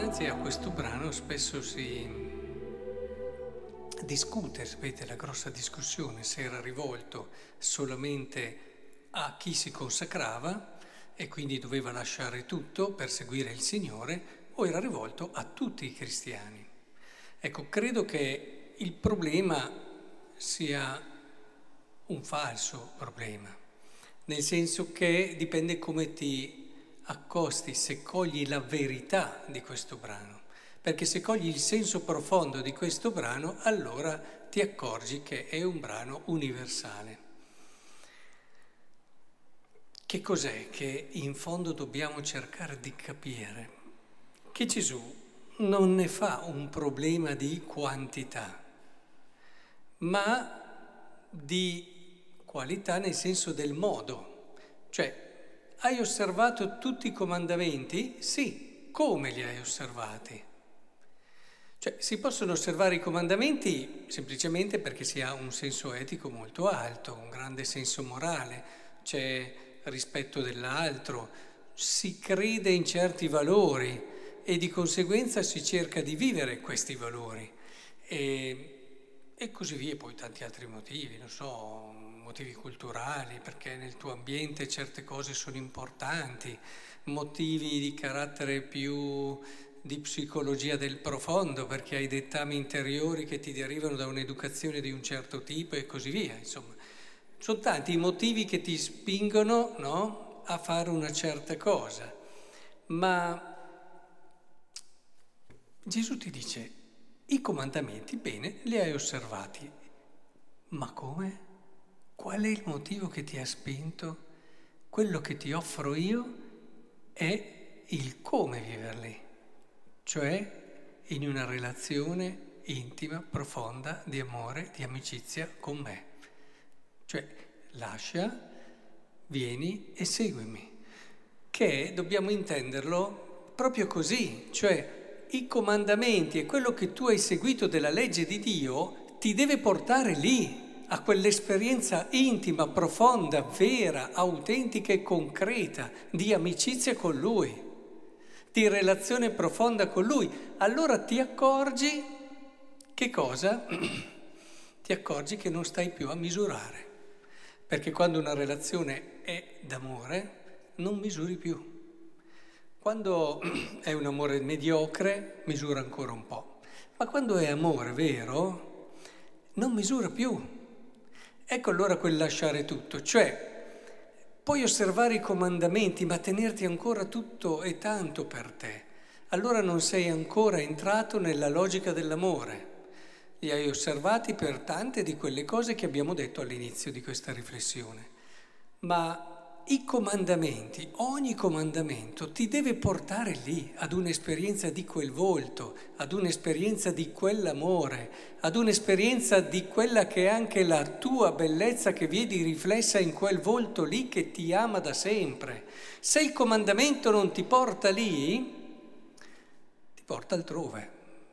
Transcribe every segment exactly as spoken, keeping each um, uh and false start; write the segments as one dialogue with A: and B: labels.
A: Dinanzi a questo brano spesso si discute, sapete, la grossa discussione se era rivolto solamente a chi si consacrava e quindi doveva lasciare tutto per seguire il Signore, o era rivolto a tutti i cristiani. Ecco, credo che il problema sia un falso problema, nel senso che dipende come ti accosti, se cogli la verità di questo brano, perché se cogli il senso profondo di questo brano, allora ti accorgi che è un brano universale. Che cos'è che in fondo dobbiamo cercare di capire? Che Gesù non ne fa un problema di quantità, ma di qualità nel senso del modo. Cioè, hai osservato tutti i comandamenti? Sì. Come li hai osservati? Cioè, si possono osservare i comandamenti semplicemente perché si ha un senso etico molto alto, un grande senso morale, c'è rispetto dell'altro, si crede in certi valori e di conseguenza si cerca di vivere questi valori. E, e così via, poi tanti altri motivi, non so, motivi culturali, perché nel tuo ambiente certe cose sono importanti, motivi di carattere più di psicologia del profondo, perché hai dettami interiori che ti derivano da un'educazione di un certo tipo e così via. Insomma, sono tanti i motivi che ti spingono, no, a fare una certa cosa. Ma Gesù ti dice, i comandamenti, bene, li hai osservati, ma come? Qual è il motivo che ti ha spinto? Quello che ti offro io è il come viverli, cioè in una relazione intima, profonda, di amore, di amicizia con me. Cioè, lascia, vieni e seguimi, che dobbiamo intenderlo proprio così, cioè i comandamenti e quello che tu hai seguito della legge di Dio ti deve portare lì, a quell'esperienza intima, profonda, vera, autentica e concreta di amicizia con Lui, di relazione profonda con Lui. Allora ti accorgi, che cosa? Ti accorgi che non stai più a misurare, perché quando una relazione è d'amore non misuri più. Quando è un amore mediocre misura ancora un po', ma quando è amore vero non misura più. Ecco allora quel lasciare tutto, cioè puoi osservare i comandamenti ma tenerti ancora tutto e tanto per te, allora non sei ancora entrato nella logica dell'amore, li hai osservati per tante di quelle cose che abbiamo detto all'inizio di questa riflessione, ma i comandamenti, ogni comandamento ti deve portare lì, ad un'esperienza di quel volto, ad un'esperienza di quell'amore, ad un'esperienza di quella che è anche la tua bellezza che vedi riflessa in quel volto lì che ti ama da sempre. Se il comandamento non ti porta lì, ti porta altrove,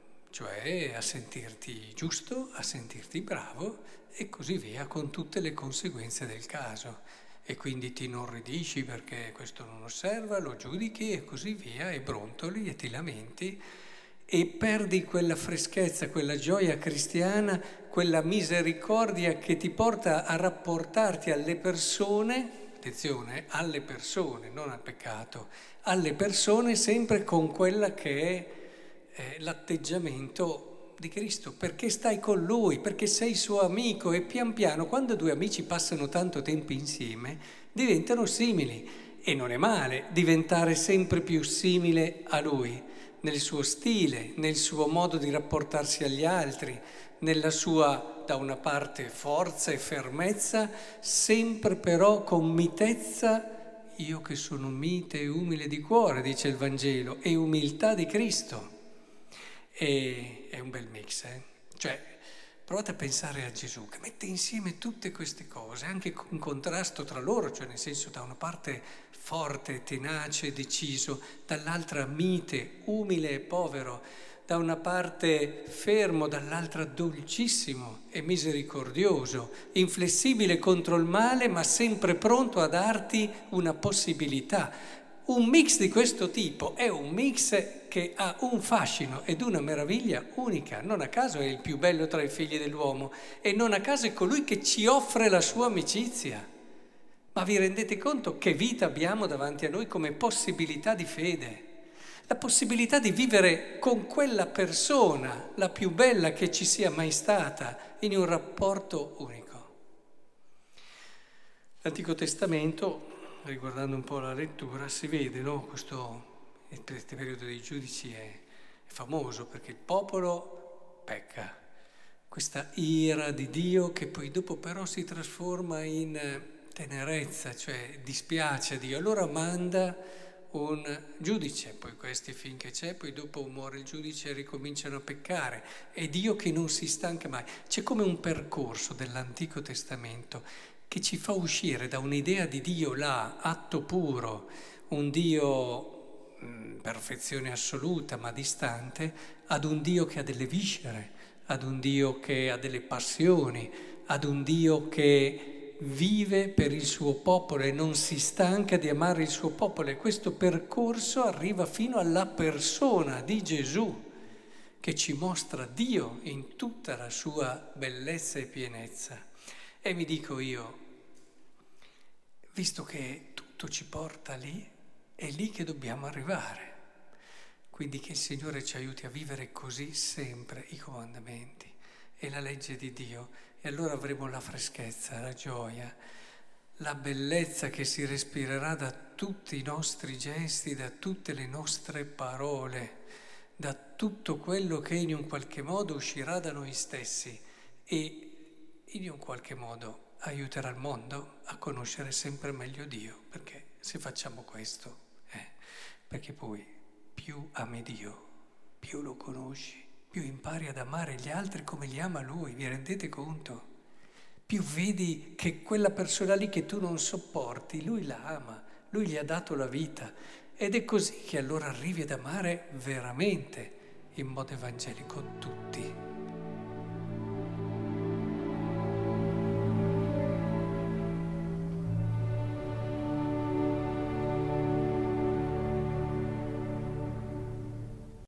A: cioè a sentirti giusto, a sentirti bravo e così via, con tutte le conseguenze del caso. E quindi ti inorridisci perché questo non osserva, lo giudichi e così via, e brontoli e ti lamenti e perdi quella freschezza, quella gioia cristiana, quella misericordia che ti porta a rapportarti alle persone, attenzione, alle persone, non al peccato, alle persone sempre con quella che è eh, l'atteggiamento di Cristo, perché stai con Lui, perché sei suo amico e pian piano quando due amici passano tanto tempo insieme diventano simili e non è male diventare sempre più simile a Lui nel suo stile, nel suo modo di rapportarsi agli altri, nella sua da una parte forza e fermezza, sempre però con mitezza, io che sono mite e umile di cuore, dice il Vangelo, e umiltà di Cristo. E è un bel mix, eh? Cioè, provate a pensare a Gesù che mette insieme tutte queste cose, anche in contrasto tra loro, cioè nel senso da una parte forte, tenace, deciso, dall'altra mite, umile e povero, da una parte fermo, dall'altra dolcissimo e misericordioso, inflessibile contro il male, ma sempre pronto a darti una possibilità. Un mix di questo tipo è un mix che ha un fascino ed una meraviglia unica. Non a caso è il più bello tra i figli dell'uomo e non a caso è colui che ci offre la sua amicizia. Ma vi rendete conto che vita abbiamo davanti a noi come possibilità di fede? La possibilità di vivere con quella persona, la più bella che ci sia mai stata, in un rapporto unico. L'Antico Testamento, riguardando un po' la lettura, si vede, no? Questo, questo periodo dei giudici è, è famoso perché il popolo pecca, questa ira di Dio che poi dopo però si trasforma in tenerezza, cioè dispiace a Dio. Allora manda un giudice, poi questi finché c'è, poi dopo muore il giudice e ricominciano a peccare. È Dio che non si stanca mai. C'è come un percorso dell'Antico Testamento che ci fa uscire da un'idea di Dio là, atto puro, un Dio mh, perfezione assoluta ma distante, ad un Dio che ha delle viscere, ad un Dio che ha delle passioni, ad un Dio che vive per il suo popolo e non si stanca di amare il suo popolo. E questo percorso arriva fino alla persona di Gesù, che ci mostra Dio in tutta la sua bellezza e pienezza. E mi dico io, visto che tutto ci porta lì, è lì che dobbiamo arrivare. Quindi che il Signore ci aiuti a vivere così sempre i comandamenti e la legge di Dio. E allora avremo la freschezza, la gioia, la bellezza che si respirerà da tutti i nostri gesti, da tutte le nostre parole, da tutto quello che in un qualche modo uscirà da noi stessi e in un qualche modo aiuterà il mondo a conoscere sempre meglio Dio, perché se facciamo questo, eh, perché poi più ami Dio, più lo conosci, più impari ad amare gli altri come li ama Lui, vi rendete conto? Più vedi che quella persona lì che tu non sopporti, Lui la ama, Lui gli ha dato la vita. Ed è così che allora arrivi ad amare veramente in modo evangelico tutti.